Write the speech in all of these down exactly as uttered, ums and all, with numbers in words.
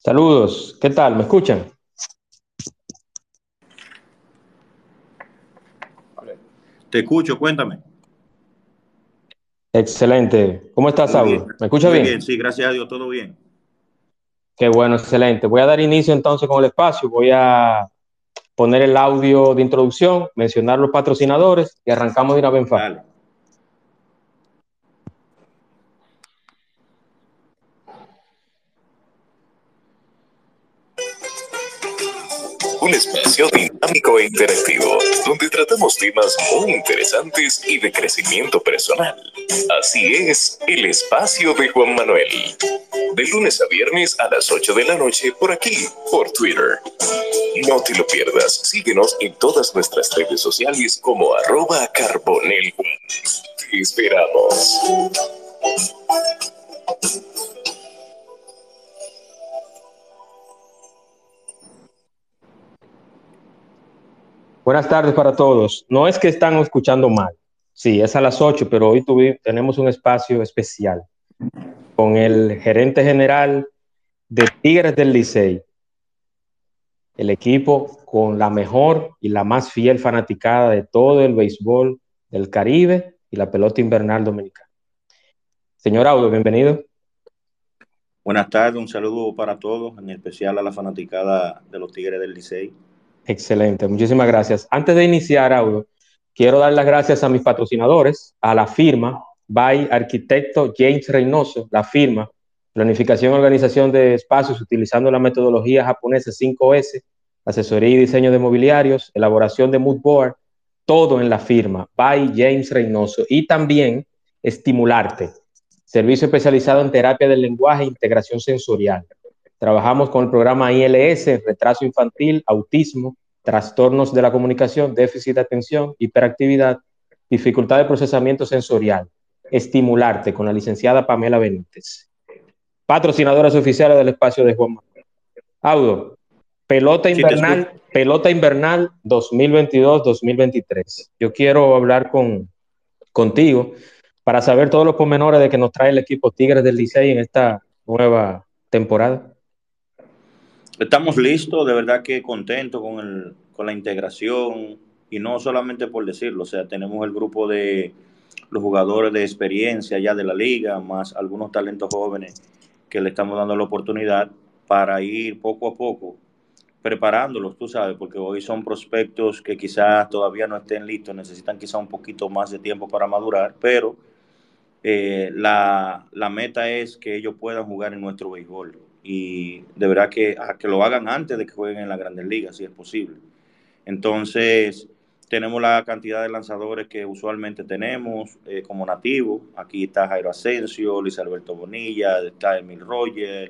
Saludos, ¿qué tal? ¿Me escuchan? Te escucho, cuéntame. Excelente. ¿Cómo estás, Muy bien, Saulo? ¿Me escucha muy bien, bien? sí, gracias a Dios, todo bien. Qué bueno, excelente. Voy a dar inicio entonces con el espacio. Voy a poner el audio de introducción, mencionar los patrocinadores y arrancamos de una vez en fa. Dale. Un espacio dinámico e interactivo, donde tratamos temas muy interesantes y de crecimiento personal. Así es, el espacio de Juan Manuel. De lunes a viernes a las ocho de la noche por aquí, por Twitter. No te lo pierdas, síguenos en todas nuestras redes sociales como arroba carbonel. Te esperamos. Buenas tardes para todos. No es que están escuchando mal. Sí, es a las ocho, pero hoy tuvi- tenemos un espacio especial con el gerente general de Tigres del Licey, el equipo con la mejor y la más fiel fanaticada de todo el béisbol del Caribe y la pelota invernal dominicana. Señor Audo, bienvenido. Buenas tardes, un saludo para todos, en especial a la fanaticada de los Tigres del Licey. Excelente, muchísimas gracias. Antes de iniciar, Audo, quiero dar las gracias a mis patrocinadores, a la firma by Arquitecto James Reynoso, la firma Planificación y Organización de Espacios utilizando la metodología japonesa cinco ese, asesoría y diseño de mobiliarios, elaboración de mood board, todo en la firma by James Reynoso. Y también Estimularte, servicio especializado en terapia del lenguaje e integración sensorial. Trabajamos con el programa I L S, retraso infantil, autismo, trastornos de la comunicación, déficit de atención, hiperactividad, dificultad de procesamiento sensorial. Estimularte con la licenciada Pamela Benítez. Patrocinadoras oficiales del espacio de Juan Manuel. Audo, pelota Sí, te escucho. invernal, pelota invernal dos mil veintidós dos mil veintitrés. Yo quiero hablar con, contigo para saber todos los pormenores de que nos trae el equipo Tigres del Licey en esta nueva temporada. Estamos listos, de verdad que contentos con, el, con la integración y no solamente por decirlo, o sea, tenemos el grupo de los jugadores de experiencia ya de la liga, más algunos talentos jóvenes que le estamos dando la oportunidad para ir poco a poco preparándolos, tú sabes, porque hoy son prospectos que quizás todavía no estén listos, necesitan quizás un poquito más de tiempo para madurar, pero eh, la, la, meta es que ellos puedan jugar en nuestro béisbol y de verdad que, a que lo hagan antes de que jueguen en las grandes ligas, si es posible. Entonces, tenemos la cantidad de lanzadores que usualmente tenemos eh, como nativos. Aquí está Jairo Asensio, Luis Alberto Bonilla, está Emil Roger,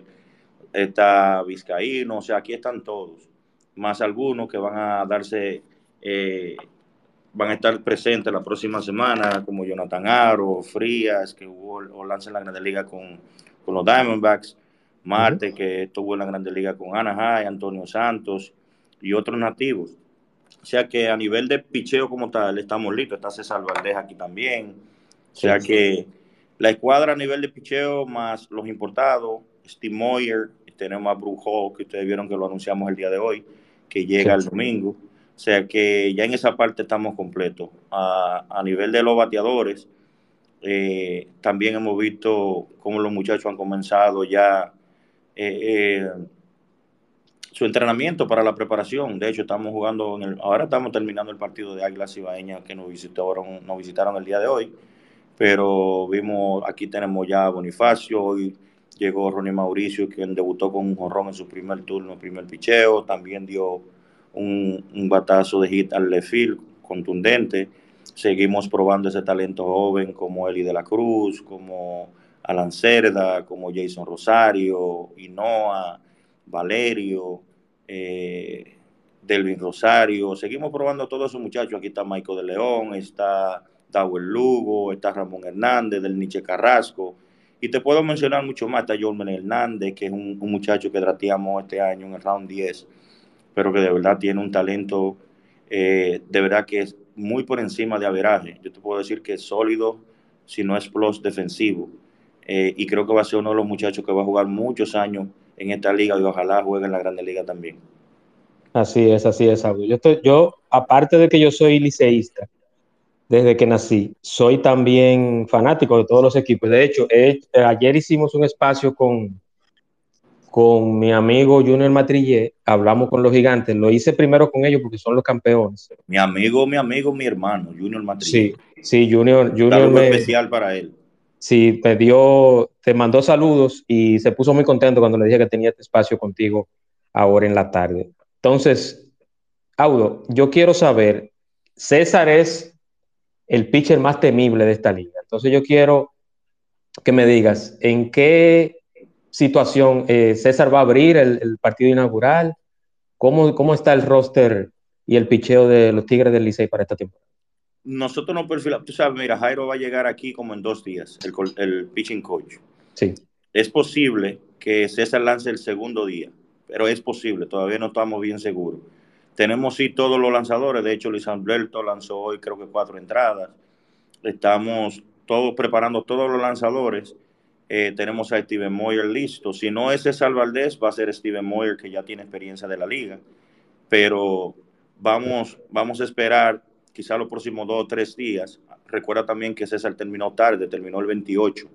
está Vizcaíno, o sea, aquí están todos, más algunos que van a darse, eh, van a estar presentes la próxima semana, como Jonathan Aro, Frías, que jugó o lanza en la Grande Liga con, con los Diamondbacks, Uh -huh. Marte, que estuvo en la Grande Liga con Anaheim, Antonio Santos y otros nativos. O sea que a nivel de picheo como tal, estamos listos. Está César Valdés aquí también. O sea Sí. que la escuadra a nivel de picheo, más los importados, Steve Moyer, tenemos a Bruce Hall, que ustedes vieron que lo anunciamos el día de hoy, que llega Sí. el domingo. O sea que ya en esa parte estamos completos. A, a nivel de los bateadores, eh, también hemos visto cómo los muchachos han comenzado ya eh, eh, su entrenamiento para la preparación. De hecho, estamos jugando, en el, ahora estamos terminando el partido de Águilas Cibaeñas que nos visitaron, nos visitaron el día de hoy, pero vimos, aquí tenemos ya a Bonifacio, hoy llegó Ronnie Mauricio, quien debutó con un jonrón en su primer turno, primer picheo, también dio un, un batazo de hit al left field contundente. Seguimos probando ese talento joven como Eli de la Cruz, como Alan Cerda, como Jason Rosario, Hinoa, Valerio, eh, Delvin Rosario. Seguimos probando a todos esos muchachos. Aquí está Michael de León, está Dawel Lugo, está Ramón Hernández, del Nietzsche Carrasco. Y te puedo mencionar mucho más. Está Jorman Hernández, que es un, un muchacho que trateamos este año en el round diez, pero que de verdad tiene un talento, eh, de verdad que es muy por encima de averaje. Yo te puedo decir que es sólido, si no es plus defensivo. Eh, y creo que va a ser uno de los muchachos que va a jugar muchos años en esta liga y ojalá juegue en la Grande Liga también. Así es, así es, Audo. Yo, estoy, yo, aparte de que yo soy liceísta desde que nací, soy también fanático de todos los equipos. De hecho, eh, ayer hicimos un espacio con, con mi amigo Junior Matrillé, hablamos con los gigantes, lo hice primero con ellos porque son los campeones. Mi amigo, mi amigo, mi hermano, Junior Matrillé. Sí, sí, Junior, Junior Saludo me, especial para él. sí, te dio, te mandó saludos y se puso muy contento cuando le dije que tenía este espacio contigo ahora en la tarde. Entonces, Audo, yo quiero saber, César es el pitcher más temible de esta liga. Entonces yo quiero que me digas en qué situación eh, César va a abrir el, el partido inaugural, cómo, cómo está el roster y el picheo de los Tigres del Licey para esta temporada. Nosotros nos perfilamos, tú sabes, mira, Jairo va a llegar aquí como en dos días, el, el pitching coach. Sí. Es posible que César lance el segundo día, pero es posible, todavía no estamos bien seguros. Tenemos sí todos los lanzadores, de hecho Luis Alberto lanzó hoy creo que cuatro entradas. Estamos todos preparando todos los lanzadores. Eh, tenemos a Steven Moyer listo. Si no es César Valdés, va a ser Steven Moyer, que ya tiene experiencia de la liga. Pero vamos, vamos a esperar quizá los próximos dos o tres días. Recuerda también que César terminó tarde, terminó el veintiocho.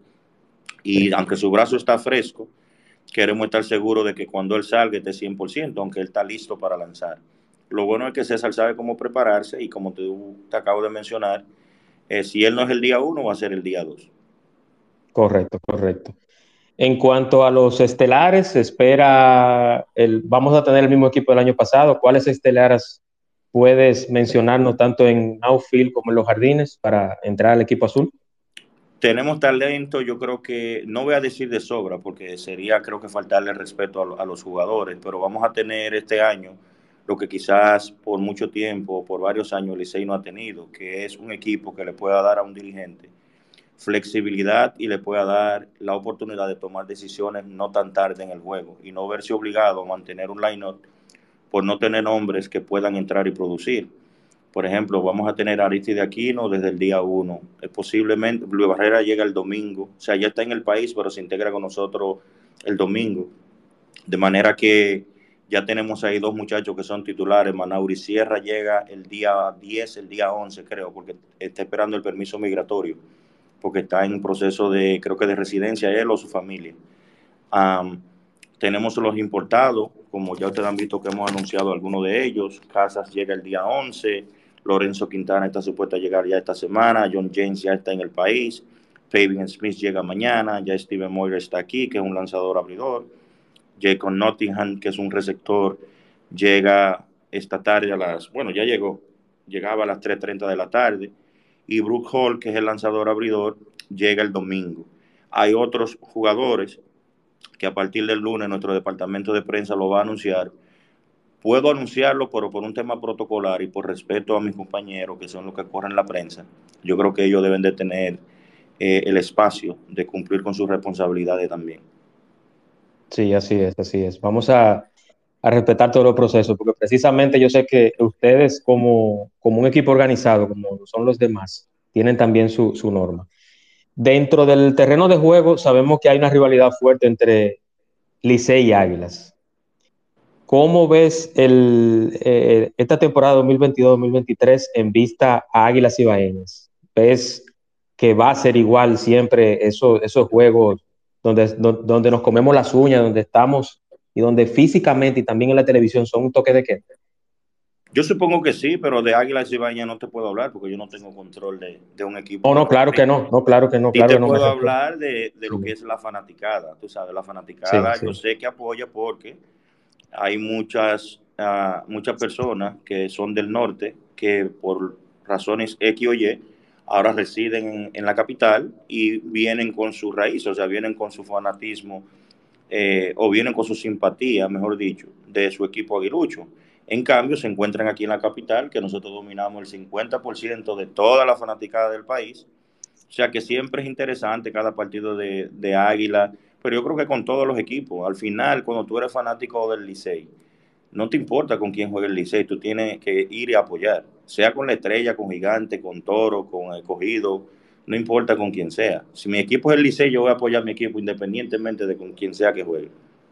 Y sí, aunque su brazo está fresco, queremos estar seguros de que cuando él salga esté cien por ciento, aunque él está listo para lanzar. Lo bueno es que César sabe cómo prepararse y como te, te acabo de mencionar, eh, si él no es el día uno, va a ser el día dos. Correcto, correcto. En cuanto a los estelares, se espera, el, vamos a tener el mismo equipo del año pasado. ¿Cuáles estelares puedes mencionarnos tanto en outfield como en los jardines para entrar al equipo azul? Tenemos talento, yo creo que, no voy a decir de sobra, porque sería creo que faltarle respeto a, a los jugadores, pero vamos a tener este año lo que quizás por mucho tiempo, por varios años, Licey no ha tenido, que es un equipo que le pueda dar a un dirigente flexibilidad y le pueda dar la oportunidad de tomar decisiones no tan tarde en el juego y no verse obligado a mantener un line-up por no tener hombres que puedan entrar y producir. Por ejemplo, vamos a tener a Aristide Aquino desde el día uno. Eh, posiblemente Luis Barrera llega el domingo. O sea, ya está en el país, pero se integra con nosotros el domingo. De manera que ya tenemos ahí dos muchachos que son titulares. Manauri Sierra llega el día diez, el día once, creo, porque está esperando el permiso migratorio, porque está en proceso de, creo que de residencia él o su familia. Um, tenemos los importados, como ya ustedes han visto que hemos anunciado algunos de ellos. Casas llega el día once, Lorenzo Quintana está supuesto a llegar ya esta semana, John James ya está en el país, Fabian Smith llega mañana, ya Steven Moyer está aquí, que es un lanzador abridor, Jacob Nottingham, que es un receptor, llega esta tarde a las, bueno, ya llegó, llegaba a las tres treinta de la tarde, y Brooke Hall, que es el lanzador abridor, llega el domingo. Hay otros jugadores que a partir del lunes nuestro departamento de prensa lo va a anunciar. Puedo anunciarlo, pero por un tema protocolar y por respeto a mis compañeros, que son los que corren la prensa, yo creo que ellos deben de tener eh, el espacio de cumplir con sus responsabilidades también. Sí, así es, así es. Vamos a, a respetar todos los procesos, porque precisamente yo sé que ustedes como, como un equipo organizado, como son los demás, tienen también su, su norma. Dentro del terreno de juego sabemos que hay una rivalidad fuerte entre Licey y Águilas. ¿Cómo ves el, eh, esta temporada dos mil veintidós dos mil veintitrés en vista a Águilas Ibaeñas? ¿Ves que va a ser igual siempre esos, esos juegos donde, donde nos comemos las uñas, donde estamos y donde físicamente y también en la televisión son un toque de queda? Yo supongo que sí, pero de Águilas Ibaeñas no te puedo hablar porque yo no tengo control de, de un equipo. No, no, claro que no, no, claro que no. Sí claro te que no puedo me hablar de, de lo sí. que es la fanaticada. Tú sabes, la Sí, fanaticada sí. yo sé que apoya porque hay muchas, uh, muchas personas que son del norte que por razones X o Y ahora residen en, en la capital y vienen con su raíz, o sea, vienen con su fanatismo eh, o vienen con su simpatía, mejor dicho, de su equipo aguilucho. En cambio, se encuentran aquí en la capital, que nosotros dominamos el cincuenta por ciento de toda la fanaticada del país. O sea que siempre es interesante cada partido de, de Águila, pero yo creo que con todos los equipos. Al final, cuando tú eres fanático del Licey, no te importa con quién juegue el Licey, tú tienes que ir y apoyar, sea con la Estrella, con Gigante, con Toro, con Escogido, no importa con quién sea. Si mi equipo es el Licey, yo voy a apoyar a mi equipo independientemente de con quién sea que juegue.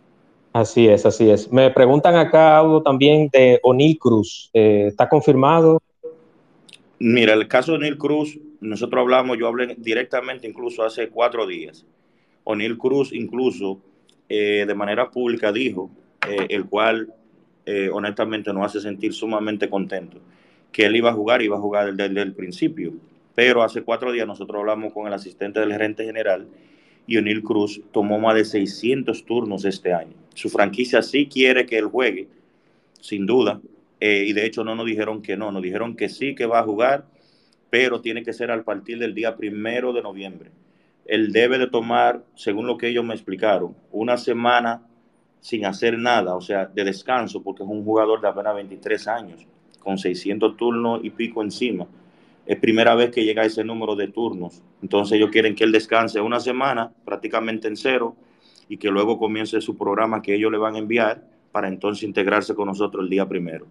Así es, así es. Me preguntan acá algo también de O'Neal Cruz. Eh, ¿Está confirmado? Mira, el caso de O'Neal Cruz, nosotros hablamos, yo hablé directamente incluso hace cuatro días. O'Neal Cruz incluso eh, de manera pública dijo, eh, el cual eh, honestamente nos hace sentir sumamente contentos, que él iba a jugar, iba a jugar desde, desde el principio. Pero hace cuatro días nosotros hablamos con el asistente del gerente general y O'Neal Cruz tomó más de seiscientos turnos este año. Su franquicia sí quiere que él juegue, sin duda, eh, y de hecho no nos dijeron que no, nos dijeron que sí que va a jugar, pero tiene que ser a partir del día primero de noviembre. Él debe de tomar, según lo que ellos me explicaron, una semana sin hacer nada, o sea, de descanso, porque es un jugador de apenas veintitrés años, con seiscientos turnos y pico encima. Es primera vez que llega a ese número de turnos. Entonces ellos quieren que él descanse una semana, prácticamente en cero, y que luego comience su programa que ellos le van a enviar para entonces integrarse con nosotros el día primero.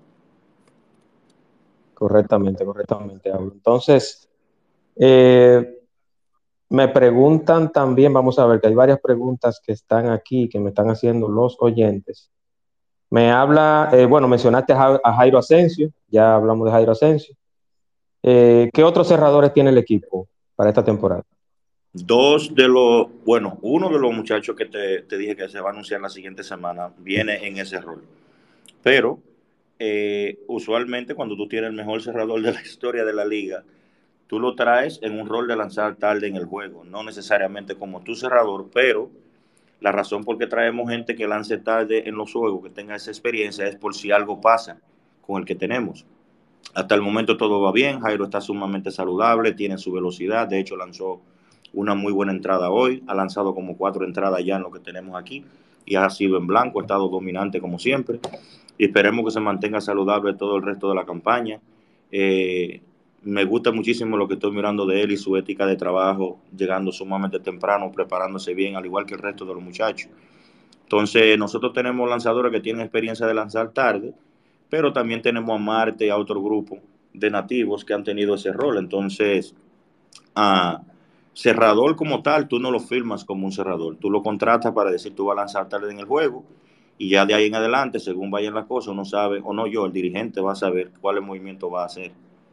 Correctamente, correctamente. Entonces, eh, me preguntan también, vamos a ver, que hay varias preguntas que están aquí, que me están haciendo los oyentes. Me habla, eh, bueno, mencionaste a Jairo Asensio, ya hablamos de Jairo Asensio. Eh, ¿Qué otros cerradores tiene el equipo para esta temporada? Dos de los, bueno, uno de los muchachos que te, te dije que se va a anunciar la siguiente semana viene en ese rol. Pero eh, usualmente cuando tú tienes el mejor cerrador de la historia de la liga, tú lo traes en un rol de lanzar tarde en el juego, no necesariamente como tu cerrador, pero la razón por qué traemos gente que lance tarde en los juegos, que tenga esa experiencia, es por si algo pasa con el que tenemos. Hasta el momento todo va bien, Jairo está sumamente saludable, tiene su velocidad, de hecho lanzó una muy buena entrada hoy, ha lanzado como cuatro entradas ya en lo que tenemos aquí y ha sido en blanco, ha estado dominante como siempre y esperemos que se mantenga saludable todo el resto de la campaña. Eh, me gusta muchísimo lo que estoy mirando de él y su ética de trabajo, llegando sumamente temprano, preparándose bien, al igual que el resto de los muchachos. Entonces, nosotros tenemos lanzadores que tienen experiencia de lanzar tarde, pero también tenemos a Marte y a otro grupo de nativos que han tenido ese rol. Entonces, a cerrador como tal, tú no lo firmas como un cerrador, tú lo contratas para decir tú vas a lanzar tarde en el juego y ya de ahí en adelante, según vayan las cosas, uno sabe, o no yo, el dirigente va a saber cuál movimiento va a hacer.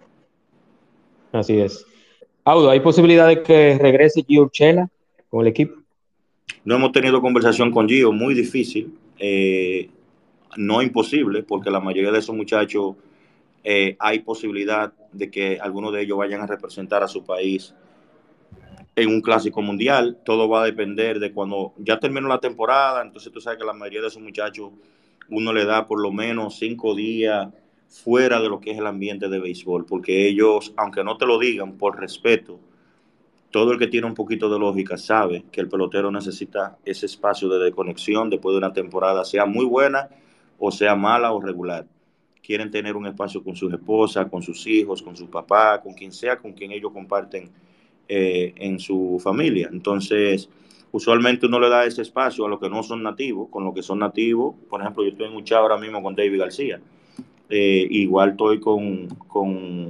Así es. Audo, ¿hay posibilidad de que regrese Gio Urshela con el equipo? No hemos tenido conversación con Gio, muy difícil, eh, no imposible, porque la mayoría de esos muchachos eh, hay posibilidad de que algunos de ellos vayan a representar a su país en un clásico mundial. Todo va a depender de cuando ya terminó la temporada. Entonces tú sabes que la mayoría de esos muchachos uno le da por lo menos cinco días fuera de lo que es el ambiente de béisbol, porque ellos, aunque no te lo digan por respeto, todo el que tiene un poquito de lógica sabe que el pelotero necesita ese espacio de desconexión después de una temporada, sea muy buena o sea mala o regular. Quieren tener un espacio con sus esposas, con sus hijos, con su papá, con quien sea, con quien ellos comparten eh, en su familia. Entonces, usualmente uno le da ese espacio a los que no son nativos, con los que son nativos. Por ejemplo, yo estoy en un chat ahora mismo con David García. Eh, igual estoy con, con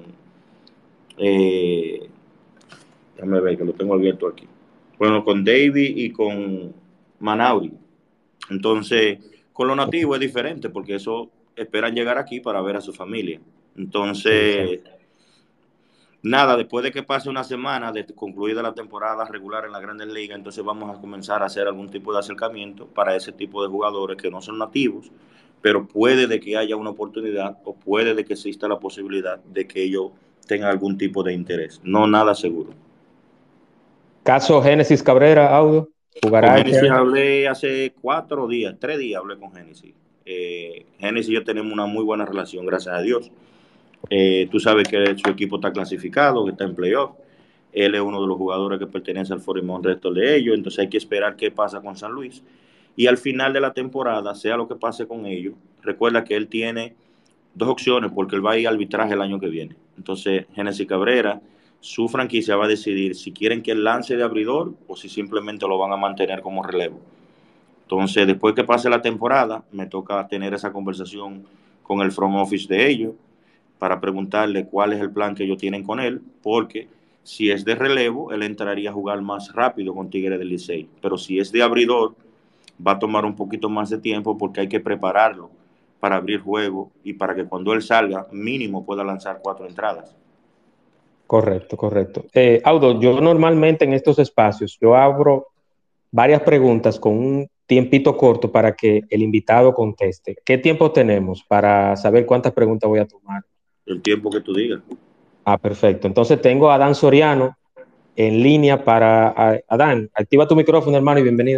eh, déjame ver que lo tengo abierto aquí. Bueno, con David y con Manauri. Entonces, con los nativos es diferente porque eso esperan llegar aquí para ver a su familia. Entonces, nada, después de que pase una semana de concluida la temporada regular en la Grandes Ligas, entonces vamos a comenzar a hacer algún tipo de acercamiento para ese tipo de jugadores que no son nativos, pero puede de que haya una oportunidad o puede de que exista la posibilidad de que ellos tengan algún tipo de interés. No nada seguro. Caso Génesis Cabrera, Audo, Con ¿jugará este Genesis año? hablé hace cuatro días, tres días hablé con Genesis. Eh, Genesis y yo tenemos una muy buena relación, gracias a Dios. Eh, tú sabes que su equipo está clasificado, que está en playoff. Él es uno de los jugadores que pertenece al Forimón resto de ellos, entonces hay que esperar qué pasa con San Luis. Y al final de la temporada, sea lo que pase con ellos, recuerda que él tiene dos opciones porque él va a ir a arbitraje el año que viene. Entonces, Genesis Cabrera, su franquicia va a decidir si quieren que él lance de abridor o si simplemente lo van a mantener como relevo. Entonces, después que pase la temporada, me toca tener esa conversación con el front office de ellos para preguntarle cuál es el plan que ellos tienen con él, porque si es de relevo, él entraría a jugar más rápido con Tigre del Licey, pero si es de abridor, va a tomar un poquito más de tiempo porque hay que prepararlo para abrir juego y para que cuando él salga, mínimo pueda lanzar cuatro entradas. Correcto, correcto. Eh, Audo, yo normalmente en estos espacios, yo abro varias preguntas con un tiempito corto para que el invitado conteste. ¿Qué tiempo tenemos para saber cuántas preguntas voy a tomar? El tiempo que tú digas. Ah, perfecto. Entonces tengo a Adán Soriano en línea para... a- Adán, activa tu micrófono, hermano, y bienvenido.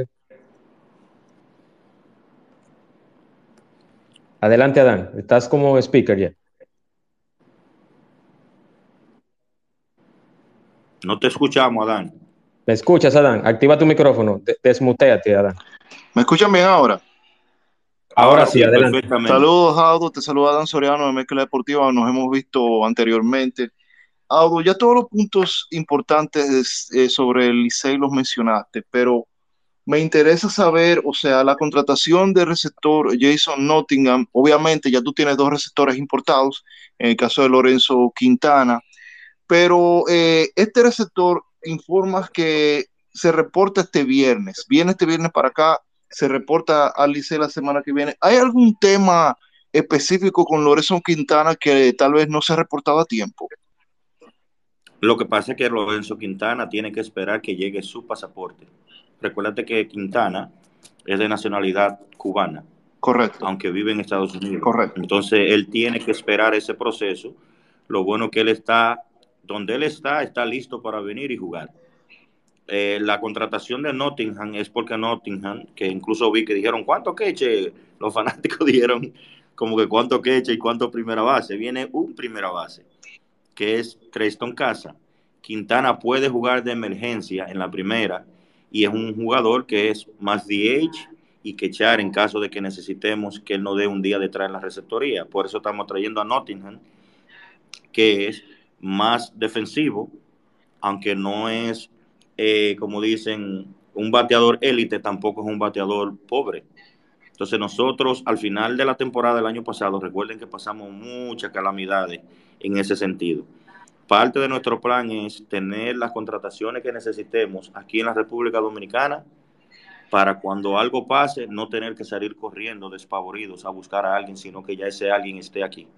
Adelante, Adán. Estás como speaker ya. No te escuchamos, Adán. ¿Me escuchas, Adán? Activa tu micrófono. De- desmuteate, Adán. ¿Me escuchan bien ahora? Ahora Ahora sí, sí, adelante. perfectamente. Saludos, Audo. Te saluda Dan Soriano de Mezcla Deportiva. Nos hemos visto anteriormente. Audo, ya todos los puntos importantes eh, sobre el Licey los mencionaste, pero me interesa saber, o sea, la contratación del receptor Jason Nottingham. Obviamente, ya tú tienes dos receptores importados, en el caso de Lorenzo Quintana, pero eh, este receptor informa que se reporta este viernes, viene este viernes para acá, se reporta al Licey la semana que viene. ¿Hay algún tema específico con Lorenzo Quintana que tal vez no se ha reportado a tiempo? Lo que pasa es que Lorenzo Quintana tiene que esperar que llegue su pasaporte. Recuérdate que Quintana es de nacionalidad cubana, Correcto, aunque vive en Estados Unidos. correcto. Entonces, él tiene que esperar ese proceso. Lo bueno es que él está, donde él está, está listo para venir y jugar. Eh, la contratación de Nottingham es porque Nottingham, que incluso vi que dijeron, ¿cuánto queche? Los fanáticos dijeron como que cuánto queche y cuánto primera base. Viene un primera base, que es Tristan Casa. Quintana puede jugar de emergencia en la primera y es un jugador que es más D H y que echar en caso de que necesitemos que él no dé un día detrás en la receptoría. Por eso estamos trayendo a Nottingham, que es más defensivo, aunque no es, eh, como dicen, un bateador élite, tampoco es un bateador pobre. Entonces nosotros al final de la temporada del año pasado, recuerden que pasamos muchas calamidades en ese sentido. Parte de nuestro plan es tener las contrataciones que necesitemos aquí en la República Dominicana para cuando algo pase no tener que salir corriendo despavoridos a buscar a alguien, sino que ya ese alguien esté aquí.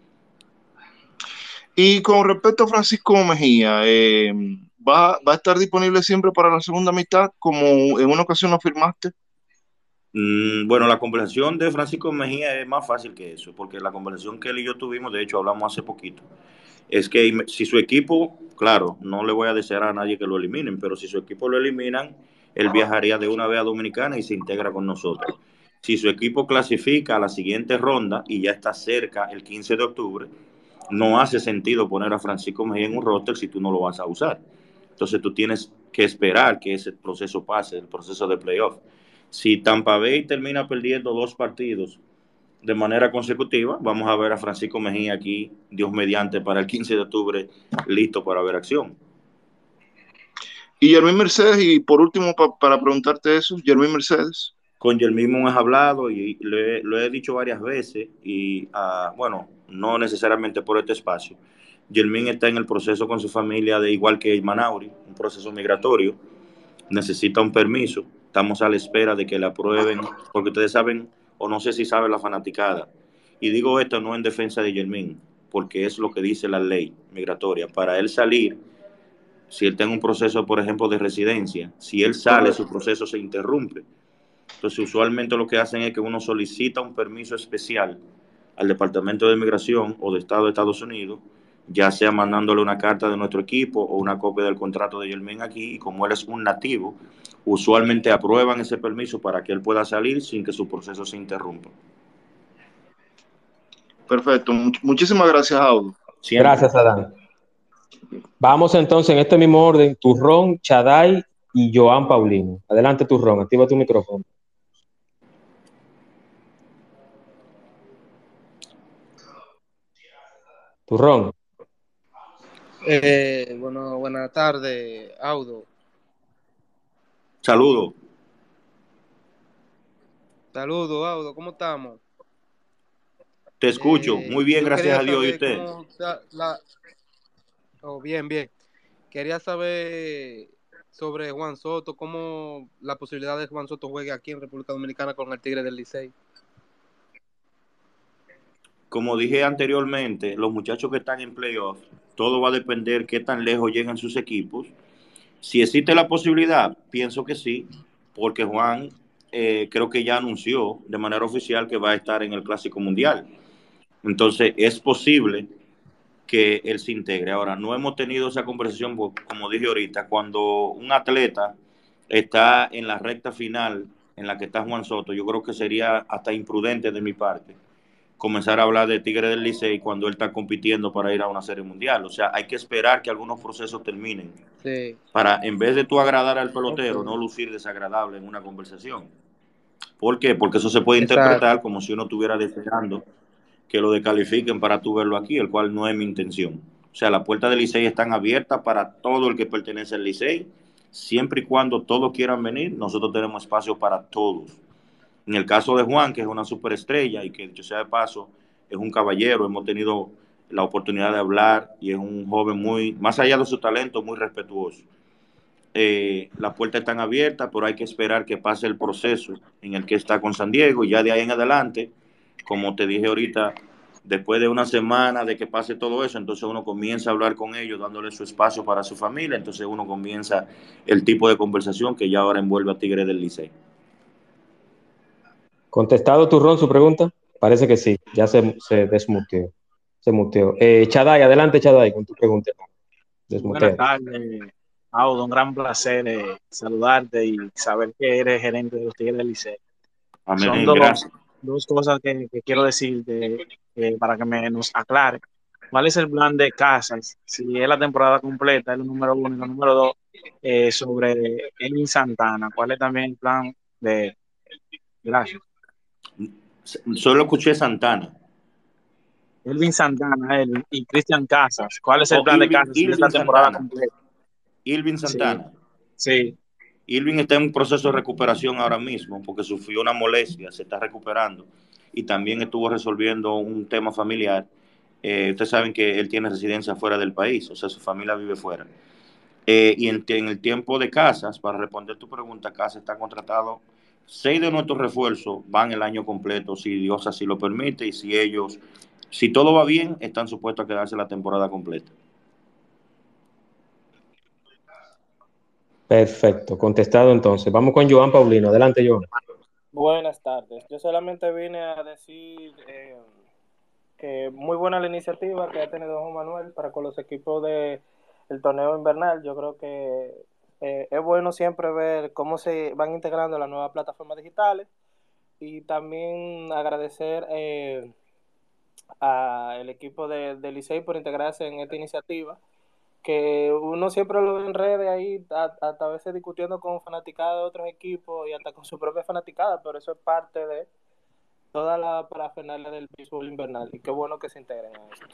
Y con respecto a Francisco Mejía, eh, ¿va, va a estar disponible siempre para la segunda mitad, como en una ocasión lo firmaste? Mm, bueno, la conversación de Francisco Mejía es más fácil que eso, porque la conversación que él y yo tuvimos, de hecho hablamos hace poquito, es que si su equipo, claro, no le voy a desear a nadie que lo eliminen, pero si su equipo lo eliminan, él viajaría de una vez a Dominicana y se integra con nosotros. Si su equipo clasifica a la siguiente ronda y ya está cerca el quince de octubre, no hace sentido poner a Francisco Mejía en un roster si tú no lo vas a usar. Entonces tú tienes que esperar que ese proceso pase, el proceso de playoff. Si Tampa Bay termina perdiendo dos partidos de manera consecutiva, vamos a ver a Francisco Mejía aquí, Dios mediante, para el quince de octubre, listo para ver acción. Y Yermín Mercedes, y por último, pa, para preguntarte eso, Yermín Mercedes. Con Yermín hemos hablado y lo he, lo he dicho varias veces y, uh, bueno, no necesariamente por este espacio. Yermín está en el proceso con su familia, de igual que Manauri, un proceso migratorio, necesita un permiso, estamos a la espera de que le aprueben, porque ustedes saben, o no sé si saben la fanaticada, y digo esto no en defensa de Yermín, porque es lo que dice la ley migratoria. Para él salir, si él tiene un proceso, por ejemplo, de residencia, si él sale, su proceso se interrumpe. Entonces, usualmente lo que hacen es que uno solicita un permiso especial al Departamento de Migración o de Estado de Estados Unidos, ya sea mandándole una carta de nuestro equipo o una copia del contrato de Yermín aquí, y como él es un nativo, usualmente aprueban ese permiso para que él pueda salir sin que su proceso se interrumpa. Perfecto, Much muchísimas gracias, Audo. Siempre. Gracias, Adán. Vamos entonces en este mismo orden, Turrón, Chaday y Joan Paulino. Adelante, Turrón, activa tu micrófono. Turrón. Eh, bueno, buenas tardes, Audo. Saludos. Saludos, Audo, ¿cómo estamos? Te escucho. Eh, Muy bien, yo gracias quería a Dios. ¿Y saber usted? cómo está la... Oh, bien, bien. Quería saber sobre Juan Soto, cómo la posibilidad de que Juan Soto juegue aquí en República Dominicana con el Tigre del Licey. Como dije anteriormente, los muchachos que están en playoffs, todo va a depender qué tan lejos llegan sus equipos. Si existe la posibilidad, pienso que sí, porque Juan eh, creo que ya anunció de manera oficial que va a estar en el Clásico Mundial. Entonces, es posible que él se integre. Ahora, no hemos tenido esa conversación, como dije ahorita, cuando un atleta está en la recta final en la que está Juan Soto, yo creo que sería hasta imprudente de mi parte comenzar a hablar de Tigre del Licey cuando él está compitiendo para ir a una serie mundial. O sea, hay que esperar que algunos procesos terminen. Sí. Para, en vez de tú agradar al pelotero, Okay. no lucir desagradable en una conversación. ¿Por qué? Porque eso se puede Exacto. interpretar como si uno estuviera deseando que lo descalifiquen para tú verlo aquí, el cual no es mi intención. O sea, las puertas del Licey están abiertas para todo el que pertenece al Licey, siempre y cuando todos quieran venir, nosotros tenemos espacio para todos. En el caso de Juan, que es una superestrella y que, dicho sea de paso, es un caballero, hemos tenido la oportunidad de hablar y es un joven muy, más allá de su talento, muy respetuoso. Eh, las puertas están abiertas, pero hay que esperar que pase el proceso en el que está con San Diego y ya de ahí en adelante, como te dije ahorita, después de una semana de que pase todo eso, entonces uno comienza a hablar con ellos, dándole su espacio para su familia, entonces uno comienza el tipo de conversación que ya ahora envuelve a Tigre del Licey. ¿Contestado Turrón su pregunta? Parece que sí, ya se, se desmuteó. Se muteó. Eh, Chaday, adelante Chaday con tu pregunta. Buenas tardes, Audo, un gran placer eh, saludarte y saber que eres gerente de los Tigres del Licey. Amén, Son dos, gracias. dos cosas que, que quiero decirte eh, para que me nos aclare. ¿Cuál es el plan de Casas? Si es la temporada completa, es el número uno y el número dos, eh, sobre Elvin Santana. ¿Cuál es también el plan de Gracias. Solo escuché Santana. Elvin Santana, Elvin y Cristian Casas. ¿Cuál es el oh, plan Irving, de Casas si es la temporada Santana. completa? Irving Santana. Sí. sí. Irving está en un proceso de recuperación ahora mismo porque sufrió una molestia, se está recuperando y también estuvo resolviendo un tema familiar. Eh, ustedes saben que él tiene residencia fuera del país, o sea, su familia vive fuera. Eh, y en, en el tiempo de Casas, para responder tu pregunta, Casas está contratado. Seis de nuestros refuerzos van el año completo, si Dios así lo permite, y si ellos, si todo va bien, están supuestos a quedarse la temporada completa. Perfecto, contestado entonces. Vamos con Joan Paulino. Adelante, Joan. Buenas tardes. Yo solamente vine a decir eh, que muy buena la iniciativa que ha tenido Juan Manuel para con los equipos del torneo invernal. Yo creo que eh, es bueno siempre ver cómo se van integrando las nuevas plataformas digitales y también agradecer eh, al equipo de, de Licey por integrarse en esta iniciativa, que uno siempre lo ve en redes ahí, hasta a veces discutiendo con fanaticada de otros equipos y hasta con su propia fanaticada, pero eso es parte de toda la parafernalia del béisbol invernal y qué bueno que se integren a eso.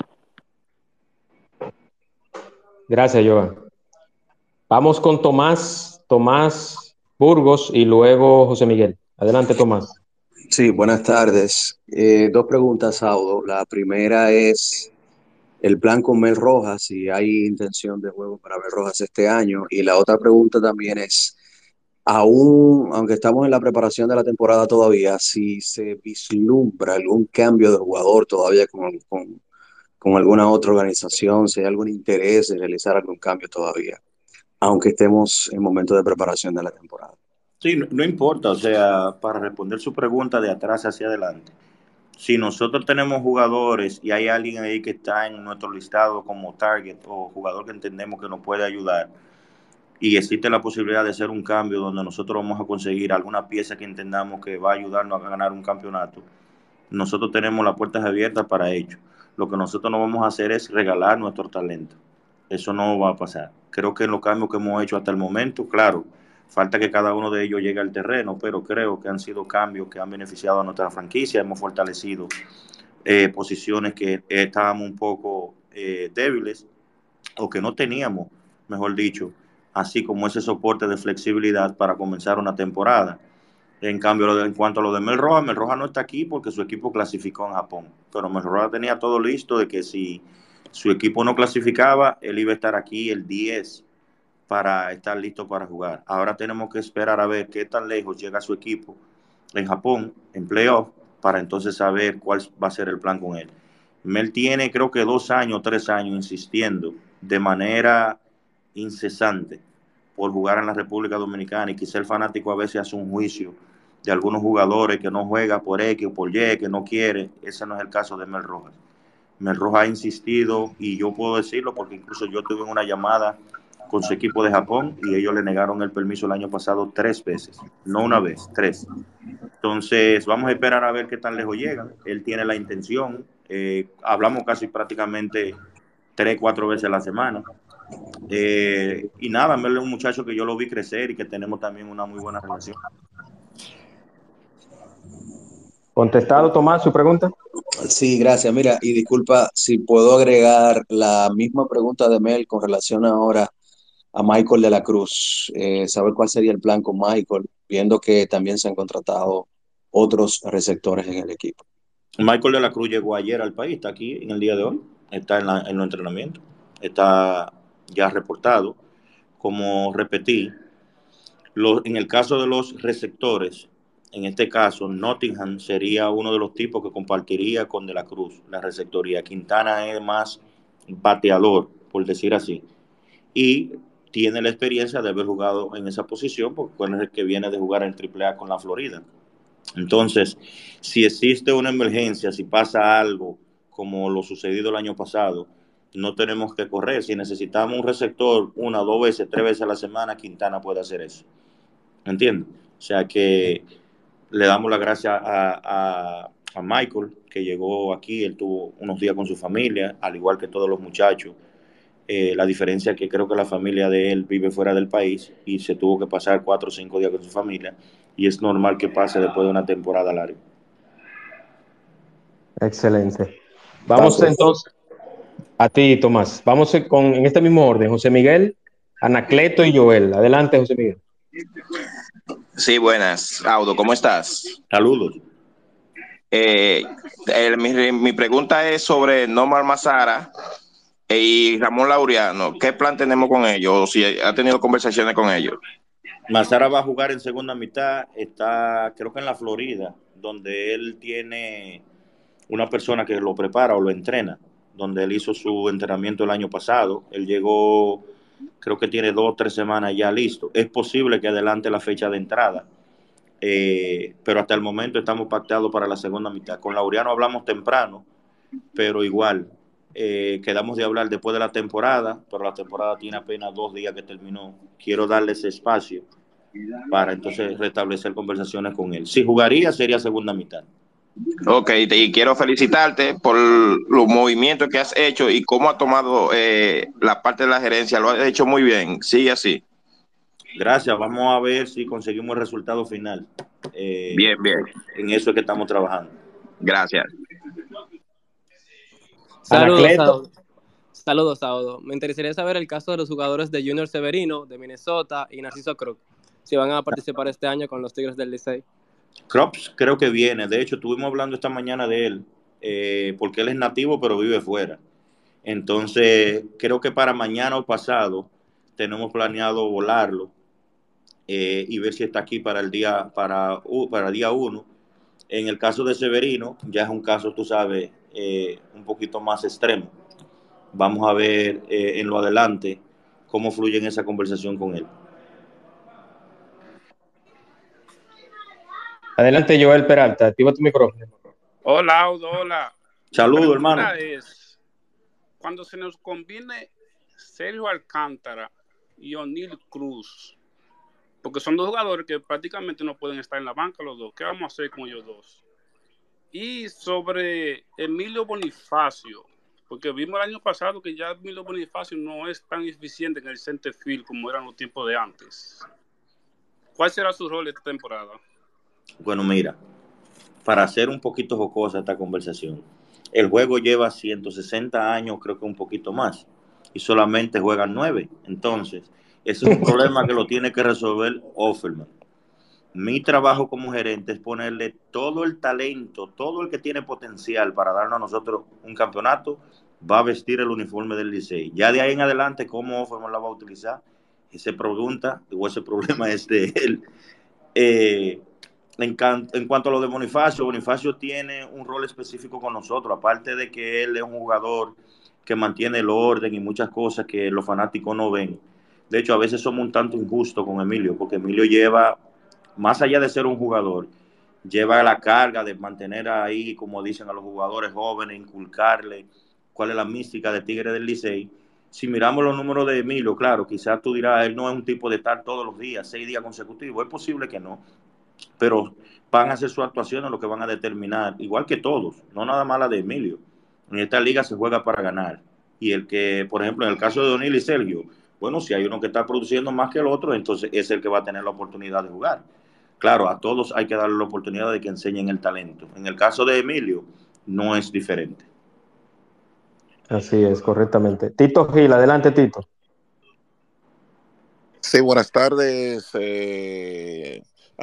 Gracias, Joan. Vamos con Tomás, Tomás Burgos y luego José Miguel. Adelante, Tomás. Sí, buenas tardes. Eh, dos preguntas, Audo. La primera es el plan con Mel Rojas, si hay intención de juego para Mel Rojas este año. Y la otra pregunta también es, aún, aunque estamos en la preparación de la temporada todavía, si se vislumbra algún cambio de jugador todavía con, con, con alguna otra organización, si hay algún interés en realizar algún cambio todavía, aunque estemos en momento de preparación de la temporada. Sí, no, no importa, o sea, para responder su pregunta de atrás hacia adelante. Si nosotros tenemos jugadores y hay alguien ahí que está en nuestro listado como target o jugador que entendemos que nos puede ayudar y existe la posibilidad de hacer un cambio donde nosotros vamos a conseguir alguna pieza que entendamos que va a ayudarnos a ganar un campeonato, nosotros tenemos las puertas abiertas para ello. Lo que nosotros no vamos a hacer es regalar nuestro talento. Eso no va a pasar. Creo que en los cambios que hemos hecho hasta el momento, claro, falta que cada uno de ellos llegue al terreno, pero creo que han sido cambios que han beneficiado a nuestra franquicia. Hemos fortalecido eh, posiciones que estábamos un poco eh, débiles o que no teníamos, mejor dicho, así como ese soporte de flexibilidad para comenzar una temporada. En cambio, lo de, en cuanto a lo de Mel Rojas, Mel Rojas no está aquí porque su equipo clasificó en Japón, pero Mel Rojas tenía todo listo de que si su equipo no clasificaba, él iba a estar aquí el diez para estar listo para jugar. Ahora tenemos que esperar a ver qué tan lejos llega su equipo en Japón, en playoff, para entonces saber cuál va a ser el plan con él. Mel tiene creo que dos años, tres años insistiendo de manera incesante por jugar en la República Dominicana, y quizá el fanático a veces hace un juicio de algunos jugadores que no juega por X o por Y, que no quiere. Ese no es el caso de Mel Rojas. Mel Rojas ha insistido, y yo puedo decirlo porque incluso yo tuve una llamada con su equipo de Japón y ellos le negaron el permiso el año pasado tres veces, no una vez, tres. Entonces vamos a esperar a ver qué tan lejos llegan. Él tiene la intención, eh, hablamos casi prácticamente tres, cuatro veces a la semana. Eh, y nada, Mel es un muchacho que yo lo vi crecer y que tenemos también una muy buena relación. ¿Contestado, Tomás, su pregunta? Sí, gracias. Mira, y disculpa si puedo agregar la misma pregunta de Mel con relación ahora a Michael de la Cruz. Eh, saber cuál sería el plan con Michael, viendo que también se han contratado otros receptores en el equipo. Michael de la Cruz llegó ayer al país, está aquí en el día de hoy, está en, la, en los entrenamientos, está ya reportado. Como repetí, lo, en el caso de los receptores, en este caso, Nottingham sería uno de los tipos que compartiría con De la Cruz la receptoría. Quintana es más bateador, por decir así, y tiene la experiencia de haber jugado en esa posición, porque es el que viene de jugar en triple A con la Florida. Entonces, si existe una emergencia, si pasa algo como lo sucedido el año pasado, no tenemos que correr. Si necesitamos un receptor una, dos veces, tres veces a la semana, Quintana puede hacer eso. ¿Entiendes? O sea que le damos las gracias a, a, a Michael, que llegó aquí. Él tuvo unos días con su familia, al igual que todos los muchachos. Eh, la diferencia es que creo que la familia de él vive fuera del país y se tuvo que pasar cuatro o cinco días con su familia, y es normal que pase después de una temporada larga. Excelente. Vamos Gracias. Entonces a ti, Tomás. Vamos con, en este mismo orden, José Miguel, Anacleto y Joel. Adelante, José Miguel. Sí, buenas. Audo, ¿cómo estás? Saludos. Eh, el, mi, mi pregunta es sobre Nomar Mazara y Ramón Laureano. ¿Qué plan tenemos con ellos? O si ha tenido conversaciones con ellos. Mazara va a jugar en segunda mitad. Está, creo que en la Florida, donde él tiene una persona que lo prepara o lo entrena, donde él hizo su entrenamiento el año pasado. Él llegó, creo que tiene dos o tres semanas ya listo. Es posible que adelante la fecha de entrada, eh, pero hasta el momento estamos pactados para la segunda mitad. Con Laureano hablamos temprano, pero igual, eh, quedamos de hablar después de la temporada, pero la temporada tiene apenas dos días que terminó. Quiero darle ese espacio para entonces restablecer conversaciones con él. Si jugaría, sería segunda mitad. Ok, te, y quiero felicitarte por los movimientos que has hecho y cómo has tomado eh, la parte de la gerencia. Lo has hecho muy bien. Sigue así. Gracias. Vamos a ver si conseguimos el resultado final. Eh, bien, bien. En eso es que estamos trabajando. Gracias. Saludos, Saudo. Saludos, Saudo. Me interesaría saber el caso de los jugadores de Junior Severino, de Minnesota, y Narciso Crook, si van a participar este año con los Tigres del Licey. Crops creo que viene. De hecho, estuvimos hablando esta mañana de él, eh, porque él es nativo, pero vive fuera. Entonces, creo que para mañana o pasado tenemos planeado volarlo eh, y ver si está aquí para el día para, uh, para día uno. En el caso de Severino, ya es un caso, tú sabes, eh, un poquito más extremo. Vamos a ver eh, en lo adelante cómo fluye en esa conversación con él. Adelante, Joel Peralta, activa tu micrófono. Hola, Audo, hola. Saludos, hermano. Es, cuando se nos combine Sergio Alcántara y O'Neal Cruz, porque son dos jugadores que prácticamente no pueden estar en la banca los dos, ¿qué vamos a hacer con ellos dos? Y sobre Emilio Bonifacio, porque vimos el año pasado que ya Emilio Bonifacio no es tan eficiente en el center field como eran los tiempos de antes. ¿Cuál será su rol esta temporada? Bueno, mira, para hacer un poquito jocosa esta conversación, el juego lleva ciento sesenta años, creo que un poquito más, y solamente juegan nueve. Entonces, ese es un problema que lo tiene que resolver Offerman. Mi trabajo como gerente es ponerle todo el talento, todo el que tiene potencial para darnos a nosotros un campeonato, va a vestir el uniforme del Licey. Ya de ahí en adelante, cómo Offerman la va a utilizar, esa pregunta o ese problema es de él. Eh, en, en cuanto a lo de Bonifacio, Bonifacio tiene un rol específico con nosotros, aparte de que él es un jugador que mantiene el orden y muchas cosas que los fanáticos no ven. De hecho, a veces somos un tanto injustos con Emilio, porque Emilio lleva, más allá de ser un jugador, lleva la carga de mantener ahí, como dicen a los jugadores jóvenes, inculcarle cuál es la mística de Tigre del Licey. Si miramos los números de Emilio, claro, quizás tú dirás, él no es un tipo de estar todos los días, seis días consecutivos, es posible que no, pero van a hacer sus actuaciones lo que van a determinar, igual que todos, no nada más la de Emilio. En esta liga se juega para ganar. Y el que, por ejemplo, en el caso de O'Neill y Sergio, bueno, si hay uno que está produciendo más que el otro, entonces es el que va a tener la oportunidad de jugar. Claro, a todos hay que darle la oportunidad de que enseñen el talento. En el caso de Emilio, no es diferente. Así es, correctamente. Tito Gil, adelante, Tito. Sí, buenas tardes eh,